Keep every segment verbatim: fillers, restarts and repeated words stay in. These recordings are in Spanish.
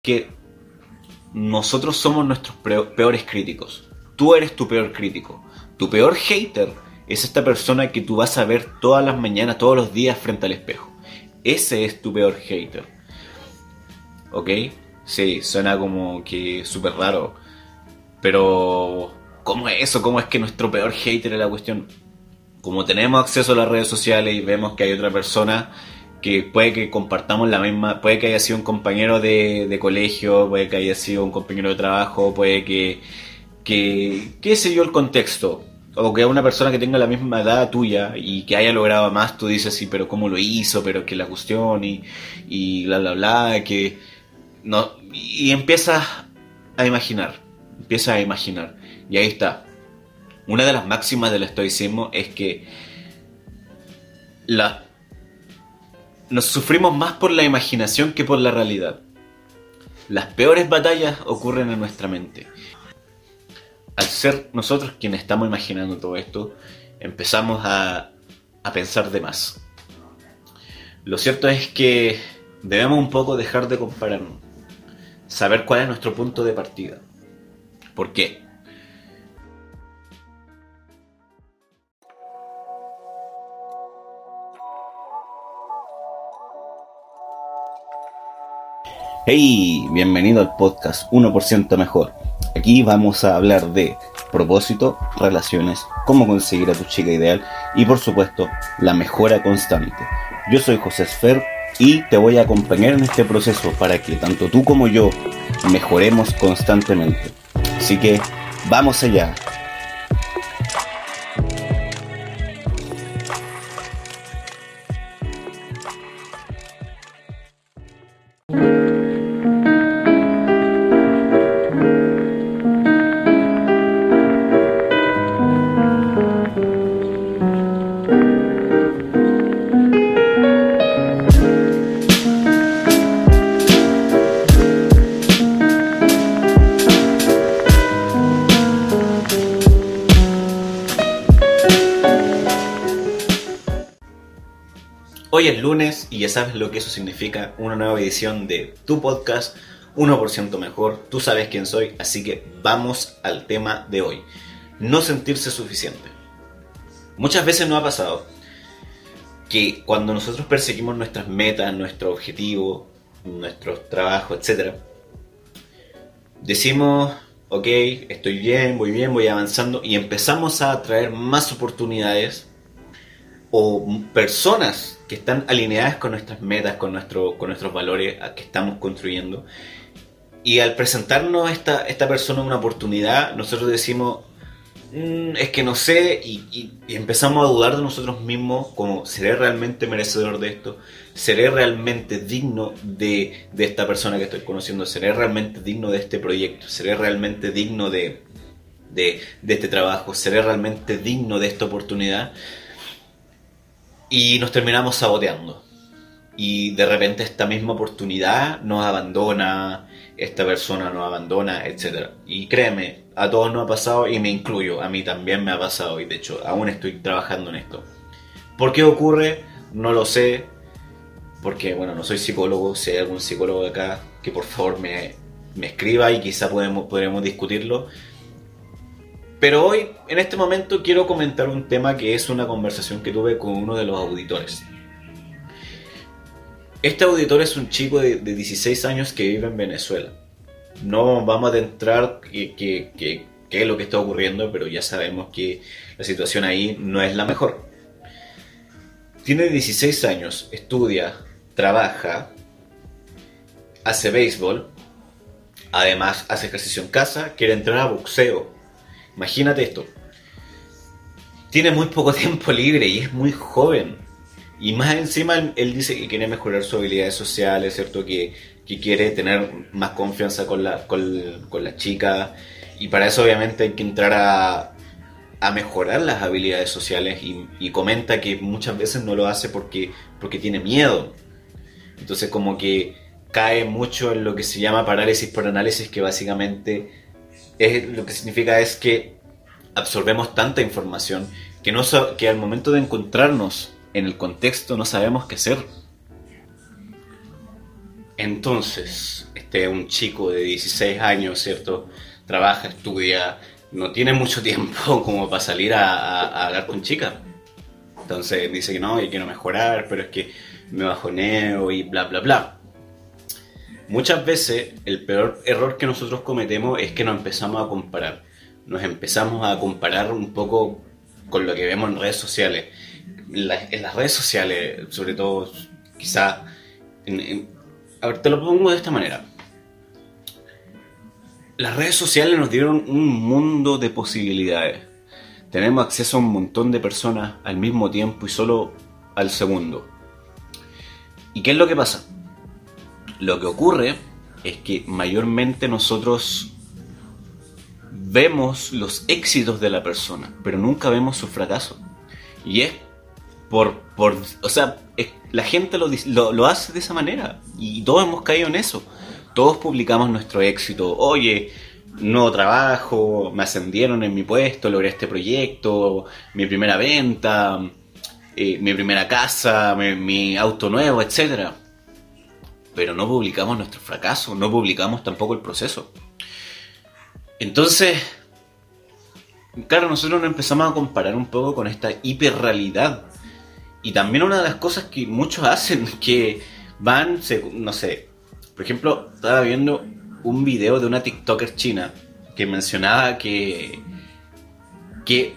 que nosotros somos nuestros peores críticos. Tú eres tu peor crítico. Tu peor hater es esta persona que tú vas a ver todas las mañanas, todos los días frente al espejo. Ese es tu peor hater. ¿Ok? Sí, suena como que súper raro. Pero ¿cómo es eso? ¿Cómo es que nuestro peor hater es la cuestión? Como tenemos acceso a las redes sociales y vemos que hay otra persona que puede que compartamos la misma, puede que haya sido un compañero de, de colegio, puede que haya sido un compañero de trabajo, puede que, que, qué sé yo, el contexto, o que una persona que tenga la misma edad tuya y que haya logrado más, tú dices, sí, pero cómo lo hizo, pero que la cuestión y, y bla bla bla, que no, y empiezas a imaginar, empiezas a imaginar, y ahí está. Una de las máximas del estoicismo es que la nos sufrimos más por la imaginación que por la realidad. Las peores batallas ocurren en nuestra mente. Al ser nosotros quienes estamos imaginando todo esto, empezamos a, a pensar de más. Lo cierto es que debemos un poco dejar de compararnos. Saber cuál es nuestro punto de partida. ¿Por qué? Hey, bienvenido al podcast uno por ciento Mejor. Aquí vamos a hablar de propósito, relaciones, cómo conseguir a tu chica ideal y por supuesto la mejora constante. Yo soy José Sfer y te voy a acompañar en este proceso para que tanto tú como yo mejoremos constantemente. Así que vamos allá. Hoy es lunes y ya sabes lo que eso significa, una nueva edición de tu podcast uno por ciento Mejor. Tú sabes quién soy, así que vamos al tema de hoy. No sentirse suficiente. Muchas veces nos ha pasado que cuando nosotros perseguimos nuestras metas, nuestro objetivo, nuestros trabajos, etcétera, decimos, ok, estoy bien, voy bien, voy avanzando y empezamos a atraer más oportunidades o personas que están alineadas con nuestras metas, con, nuestro, con nuestros valores que estamos construyendo. Y al presentarnos esta, esta persona una oportunidad, nosotros decimos, mmm, es que no sé, y, y, y empezamos a dudar de nosotros mismos, como, ¿seré realmente merecedor de esto? ¿Seré realmente digno de, de esta persona que estoy conociendo? ¿Seré realmente digno de este proyecto? ¿Seré realmente digno de, de, de este trabajo? ¿Seré realmente digno de esta oportunidad? Y nos terminamos saboteando. Y de repente esta misma oportunidad nos abandona, esta persona nos abandona, etcétera. Y créeme, a todos nos ha pasado y me incluyo, a mí también me ha pasado y de hecho aún estoy trabajando en esto. ¿Por qué ocurre? No lo sé, porque bueno, no soy psicólogo. Si hay algún psicólogo de acá, que por favor me, me escriba y quizá podemos, podremos discutirlo. Pero hoy, en este momento, quiero comentar un tema que es una conversación que tuve con uno de los auditores. Este auditor es un chico de, de dieciséis años que vive en Venezuela. No vamos a adentrar qué que, que, que es lo que está ocurriendo, pero ya sabemos que la situación ahí no es la mejor. Tiene dieciséis años, estudia, trabaja, hace béisbol, además hace ejercicio en casa, quiere entrar a boxeo. Imagínate esto. Tiene muy poco tiempo libre y es muy joven. Y más encima él, él dice que quiere mejorar sus habilidades sociales, ¿cierto? Que, que quiere tener más confianza con la, con, con la chica. Y para eso obviamente hay que entrar a, a mejorar las habilidades sociales. Y, y comenta que muchas veces no lo hace porque, porque tiene miedo. Entonces como que cae mucho en lo que se llama parálisis por análisis, que básicamente es, lo que significa es que absorbemos tanta información que, no, que al momento de encontrarnos en el contexto no sabemos qué hacer. Entonces, este es un chico de dieciséis años, ¿cierto? Trabaja, estudia, no tiene mucho tiempo como para salir a, a, a hablar con chicas. Entonces dice que no, yo quiero mejorar, pero es que me bajoneo y bla, bla, bla. Muchas veces el peor error que nosotros cometemos es que nos empezamos a comparar. Nos empezamos a comparar un poco con lo que vemos en redes sociales. En, la, en las redes sociales, sobre todo, quizá... En, en, a ver, te lo pongo de esta manera. Las redes sociales nos dieron un mundo de posibilidades. Tenemos acceso a un montón de personas al mismo tiempo y solo al segundo. ¿Y qué es lo que pasa? Lo que ocurre es que mayormente nosotros vemos los éxitos de la persona, pero nunca vemos su fracaso. Y es por... por o sea, es, la gente lo, lo, lo hace de esa manera. Y todos hemos caído en eso. Todos publicamos nuestro éxito. Oye, nuevo trabajo, me ascendieron en mi puesto, logré este proyecto, mi primera venta, eh, mi primera casa, mi, mi auto nuevo, etcétera. Pero no publicamos nuestro fracaso, no publicamos tampoco el proceso. Entonces, claro, nosotros nos empezamos a comparar un poco con esta hiperrealidad. Y también una de las cosas que muchos hacen, que van, se, no sé, por ejemplo, estaba viendo un video de una TikToker china que mencionaba que, que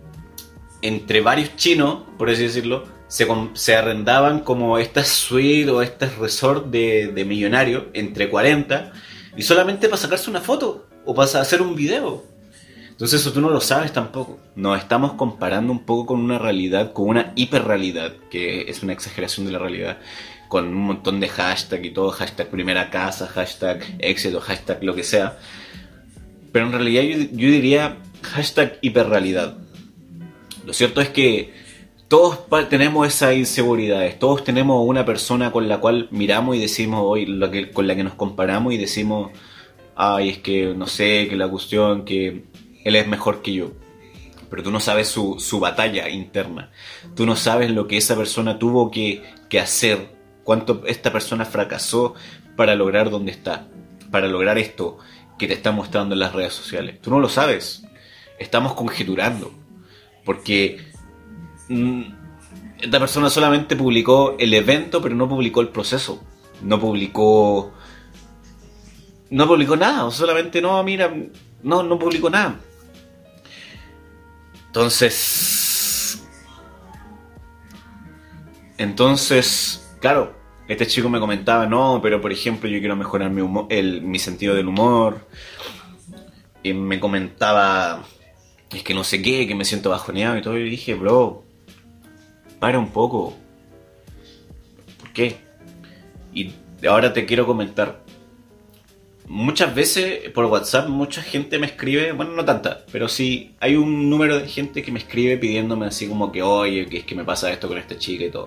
entre varios chinos, por así decirlo, se, se arrendaban como estas suites o estos resorts de, de millonarios entre cuarenta y solamente para sacarse una foto o para hacer un video. Entonces eso tú no lo sabes tampoco. Nos estamos comparando un poco con una realidad, con una hiperrealidad, que es una exageración de la realidad, con un montón de hashtag y todo, hashtag primera casa, hashtag éxito, hashtag lo que sea. Pero en realidad yo, yo diría hashtag hiperrealidad. Lo cierto es que todos tenemos esas inseguridades, todos tenemos una persona con la cual miramos y decimos hoy, lo que, con la que nos comparamos y decimos, ay, es que no sé, que la cuestión, que él es mejor que yo. Pero tú no sabes su, su batalla interna. Tú no sabes lo que esa persona tuvo que, que hacer, cuánto esta persona fracasó para lograr donde está, para lograr esto que te está mostrando en las redes sociales. Tú no lo sabes. Estamos conjeturando. Porque mmm, esta persona solamente publicó el evento, pero no publicó el proceso. No publicó... No publicó nada. O solamente no, mira... No, no publicó nada. Entonces... Entonces... Claro, este chico me comentaba, no, pero por ejemplo yo quiero mejorar mi, humor, el, mi sentido del humor. Y me comentaba, es que no sé qué, que me siento bajoneado y todo. Y dije, bro, para un poco. ¿Por qué? Y ahora te quiero comentar. Muchas veces por WhatsApp mucha gente me escribe, bueno, no tanta, pero sí hay un número de gente que me escribe pidiéndome así como que, oye, que es que me pasa esto con esta chica y todo.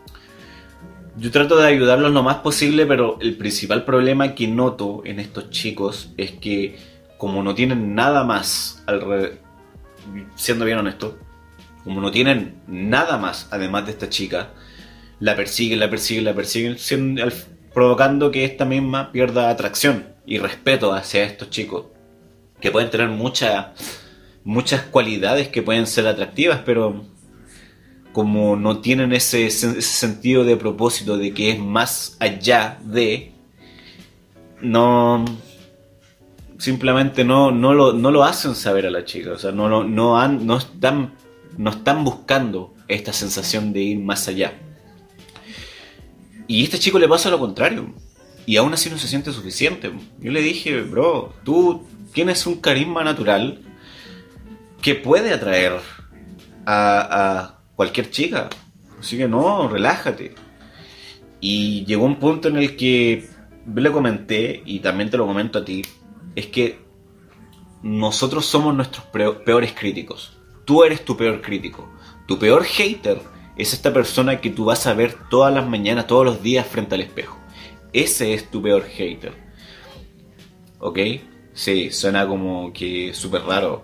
Yo trato de ayudarlos lo más posible, pero el principal problema que noto en estos chicos es que como no tienen nada más, alrededor, siendo bien honesto, como no tienen nada más además de esta chica, la persiguen, la persiguen, la persiguen, siendo, provocando que esta misma pierda atracción y respeto hacia estos chicos, que pueden tener muchas muchas cualidades que pueden ser atractivas, pero como no tienen ese, ese sentido de propósito de que es más allá de, no, simplemente no, no, lo, no lo hacen saber a la chica. O sea, no, no, no, han, no, están, no están buscando esta sensación de ir más allá. Y a este chico le pasa lo contrario. Y aún así no se siente suficiente. Yo le dije, bro, tú tienes un carisma natural que puede atraer a, a cualquier chica. Así que no, relájate. Y llegó un punto en el que yo le comenté, y también te lo comento a ti, es que nosotros somos nuestros peores críticos. Tú eres tu peor crítico. Tu peor hater es esta persona que tú vas a ver todas las mañanas, todos los días frente al espejo. Ese es tu peor hater. ¿Ok? Sí, suena como que súper raro.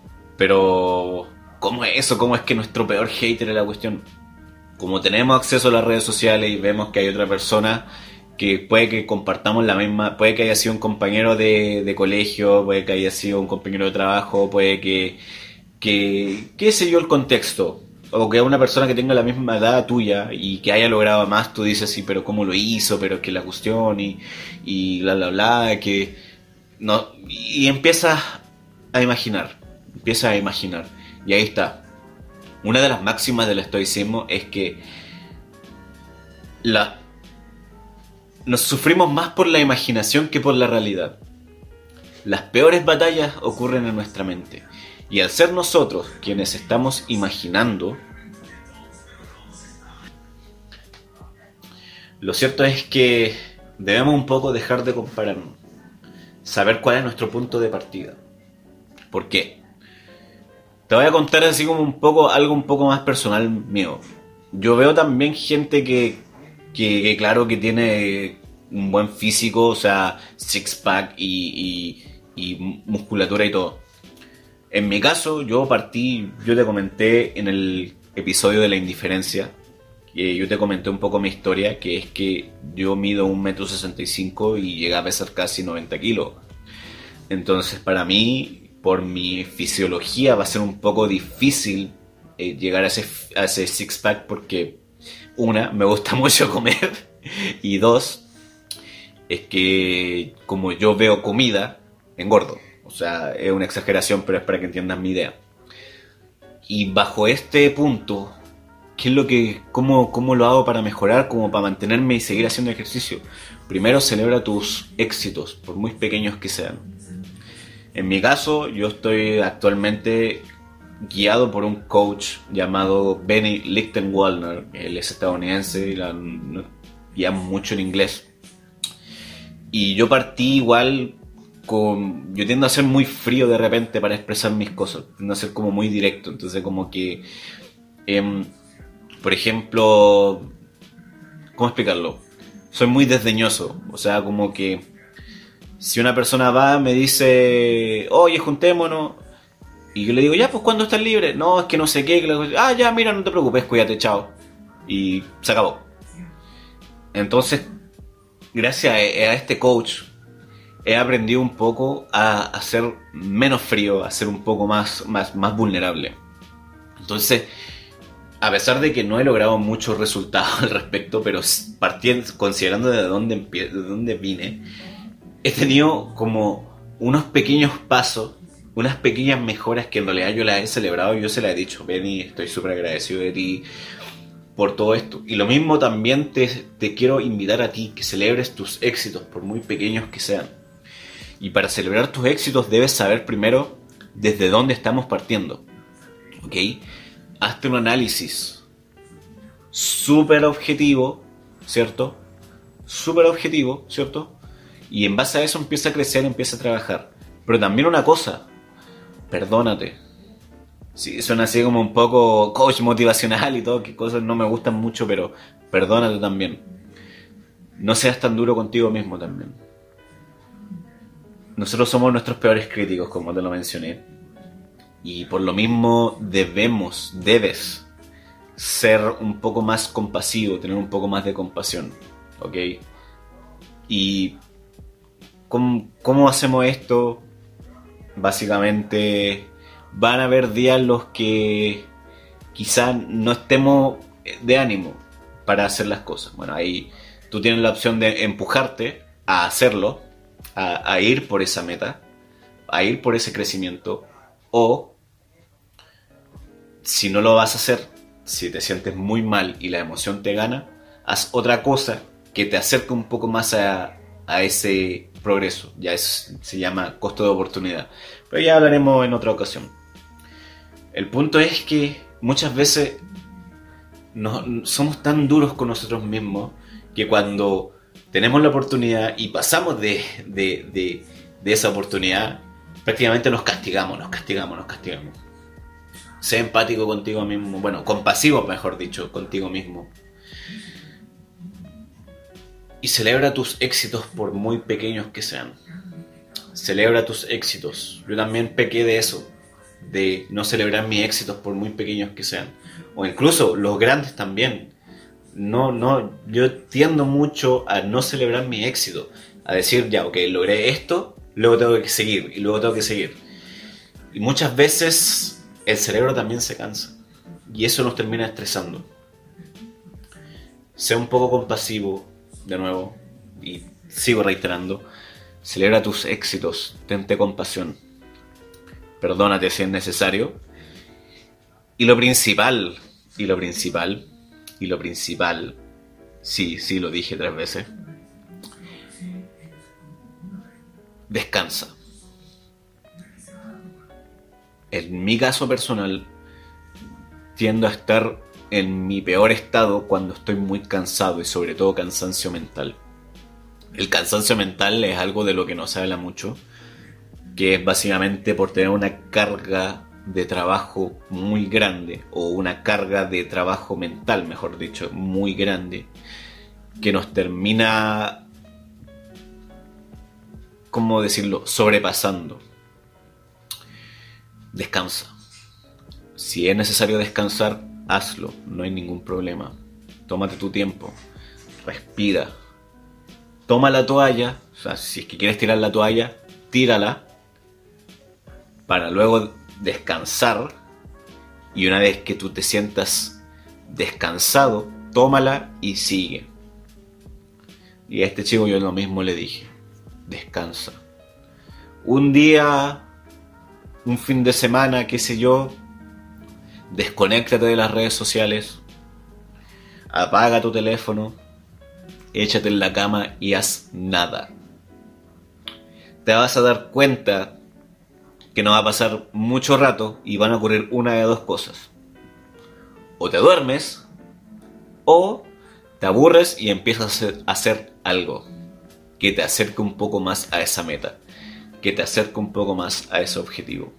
Pero ¿cómo es eso? ¿Cómo es que nuestro peor hater es la cuestión? Como tenemos acceso a las redes sociales y vemos que hay otra persona que puede que compartamos la misma, puede que haya sido un compañero de, de colegio, puede que haya sido un compañero de trabajo, puede que, que, qué sé yo el contexto, o que una persona que tenga la misma edad tuya y que haya logrado más, tú dices, sí, pero cómo lo hizo, pero que la cuestión y, y bla, bla, bla, que no, y empiezas a imaginar, empiezas a imaginar, y ahí está. Una de las máximas del estoicismo es que la, nos sufrimos más por la imaginación que por la realidad. Las peores batallas ocurren en nuestra mente. Y al ser nosotros quienes estamos imaginando, lo cierto es que debemos un poco dejar de compararnos. Saber cuál es nuestro punto de partida. ¿Por qué? Te voy a contar así como un poco, algo un poco más personal mío. Yo veo también gente que, que, que claro que tiene un buen físico, o sea, six pack y, y, y musculatura y todo. En mi caso, yo partí, yo te comenté en el episodio de la indiferencia, que yo te comenté un poco mi historia, que es que yo mido un metro sesenta y cinco y llegué a pesar casi noventa kilos. Entonces, para mí, por mi fisiología, va a ser un poco difícil eh, llegar a ese, a ese six pack porque, una, me gusta mucho comer, y dos, es que como yo veo comida, engordo. O sea, es una exageración, pero es para que entiendan mi idea. Y bajo este punto, ¿qué es lo que, cómo, cómo lo hago para mejorar, como para mantenerme y seguir haciendo ejercicio? Primero, celebra tus éxitos, por muy pequeños que sean. En mi caso, yo estoy actualmente guiado por un coach llamado Benny Lichtenwaldner. Él es estadounidense y la guía mucho en inglés. Y yo partí igual con... Yo tiendo a ser muy frío de repente para expresar mis cosas. Tiendo a ser como muy directo. Entonces como que... Eh, por ejemplo... ¿Cómo explicarlo? Soy muy desdeñoso. O sea, como que... Si una persona va, me dice... Oye, juntémonos. Y yo le digo, ya, pues, ¿cuándo estás libre? No, es que no sé qué. Que... Ah, ya, mira, no te preocupes, cuídate, chao. Y se acabó. Entonces... Gracias a este coach he aprendido un poco a, a ser menos frío, a ser un poco más, más, más vulnerable. Entonces, a pesar de que no he logrado muchos resultados al respecto, pero partiendo, considerando de dónde, empie- de dónde vine, he tenido como unos pequeños pasos, unas pequeñas mejoras que en realidad yo las he celebrado y yo se las he dicho, Benny, estoy súper agradecido de ti por todo esto. Y lo mismo también te, te quiero invitar a ti, que celebres tus éxitos, por muy pequeños que sean. Y para celebrar tus éxitos debes saber primero desde dónde estamos partiendo. ¿Ok? Hazte un análisis súper objetivo, ¿cierto? Súper objetivo, ¿cierto? Y en base a eso empieza a crecer, empieza a trabajar. Pero también una cosa, perdónate. Sí, suena así como un poco coach motivacional y todo, que cosas no me gustan mucho, pero perdónate también. No seas tan duro contigo mismo también. Nosotros somos nuestros peores críticos, como te lo mencioné. Y por lo mismo debemos, debes ser un poco más compasivo, tener un poco más de compasión. ¿Ok? Y ¿cómo, cómo hacemos esto? Básicamente... Van a haber días en los que quizás no estemos de ánimo para hacer las cosas. Bueno, ahí tú tienes la opción de empujarte a hacerlo, a, a ir por esa meta, a ir por ese crecimiento. O, si no lo vas a hacer, si te sientes muy mal y la emoción te gana, haz otra cosa que te acerque un poco más a, a ese progreso. Ya es, se llama costo de oportunidad. Pero ya hablaremos en otra ocasión. El punto es que muchas veces no, somos tan duros con nosotros mismos que cuando tenemos la oportunidad y pasamos de, de, de, de esa oportunidad, prácticamente nos castigamos, nos castigamos, nos castigamos. Sé empático contigo mismo, bueno, compasivo mejor dicho, contigo mismo. Y celebra tus éxitos por muy pequeños que sean. Celebra tus éxitos. Yo también pequé de eso, de no celebrar mis éxitos por muy pequeños que sean. O incluso los grandes también. no, no, yo tiendo mucho a no celebrar mi éxito, a decir, ya, ok, logré esto, luego tengo que seguir, y luego tengo que seguir. Y muchas veces el cerebro también se cansa, y eso nos termina estresando. Sea un poco compasivo, de nuevo, y sigo reiterando, celebra tus éxitos, tente compasión, perdónate si es necesario, y lo principal, y lo principal, y lo principal, sí, sí lo dije tres veces, descansa. En mi caso personal, tiendo a estar en mi peor estado cuando estoy muy cansado y sobre todo cansancio mental. El cansancio mental es algo de lo que no se habla mucho, que es básicamente por tener una carga de trabajo muy grande, o una carga de trabajo mental, mejor dicho, muy grande, que nos termina, ¿cómo decirlo?, sobrepasando. Descansa. Si es necesario descansar, hazlo, no hay ningún problema. Tómate tu tiempo, respira. Toma la toalla, o sea, si es que quieres tirar la toalla, tírala, para luego descansar, y una vez que tú te sientas descansado, tómala y sigue. Y a este chico yo lo mismo le dije, descansa. Un día, un fin de semana, qué sé yo, desconéctate de las redes sociales, apaga tu teléfono, échate en la cama y haz nada. Te vas a dar cuenta que no va a pasar mucho rato y van a ocurrir una de dos cosas. O te duermes, o te aburres y empiezas a hacer, a hacer algo que te acerque un poco más a esa meta, que te acerque un poco más a ese objetivo.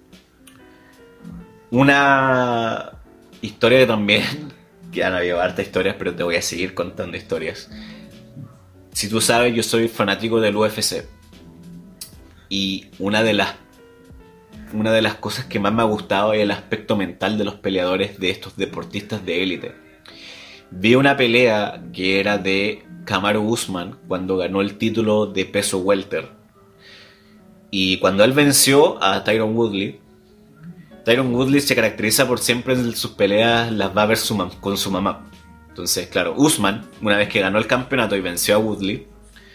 Una historia que también, que han habido hartas historias, pero te voy a seguir contando historias. Si tú sabes, yo soy fanático del U F C. Y una de las Una de las cosas que más me ha gustado es el aspecto mental de los peleadores, de estos deportistas de élite. Vi una pelea que era de Kamaru Usman cuando ganó el título de peso welter. Y cuando él venció a Tyron Woodley, Tyron Woodley se caracteriza por siempre en sus peleas las va a ver su mam- con su mamá. Entonces, claro, Usman, una vez que ganó el campeonato y venció a Woodley,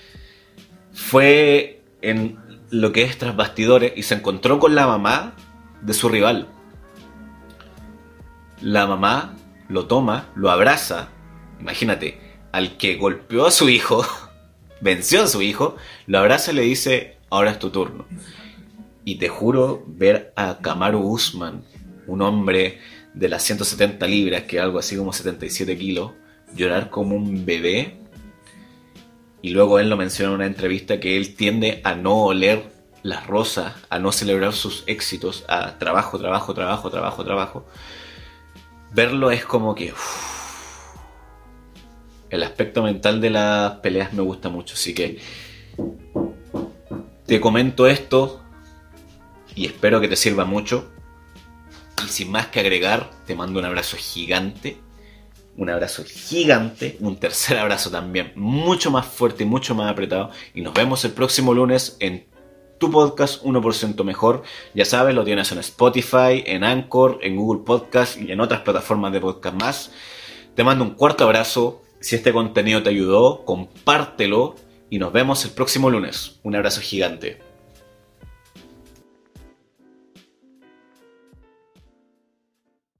fue en lo que es tras bastidores y se encontró con la mamá de su rival. La mamá lo toma, lo abraza, imagínate, al que golpeó a su hijo, venció a su hijo, lo abraza y le dice, ahora es tu turno. Y te juro, ver a Kamaru Usman, un hombre de las ciento setenta libras, que es algo así como setenta y siete kilos, llorar como un bebé. Y luego él lo menciona en una entrevista que él tiende a no oler las rosas, a no celebrar sus éxitos, a trabajo, trabajo, trabajo, trabajo, trabajo. Verlo es como que... Uff, el aspecto mental de las peleas me gusta mucho, así que te comento esto y espero que te sirva mucho. Y sin más que agregar, te mando un abrazo gigante. Un abrazo gigante, un tercer abrazo también, mucho más fuerte y mucho más apretado. Y nos vemos el próximo lunes en tu podcast uno por ciento Mejor. Ya sabes, lo tienes en Spotify, en Anchor, en Google Podcast y en otras plataformas de podcast más. Te mando un cuarto abrazo. Si este contenido te ayudó, compártelo y nos vemos el próximo lunes. Un abrazo gigante.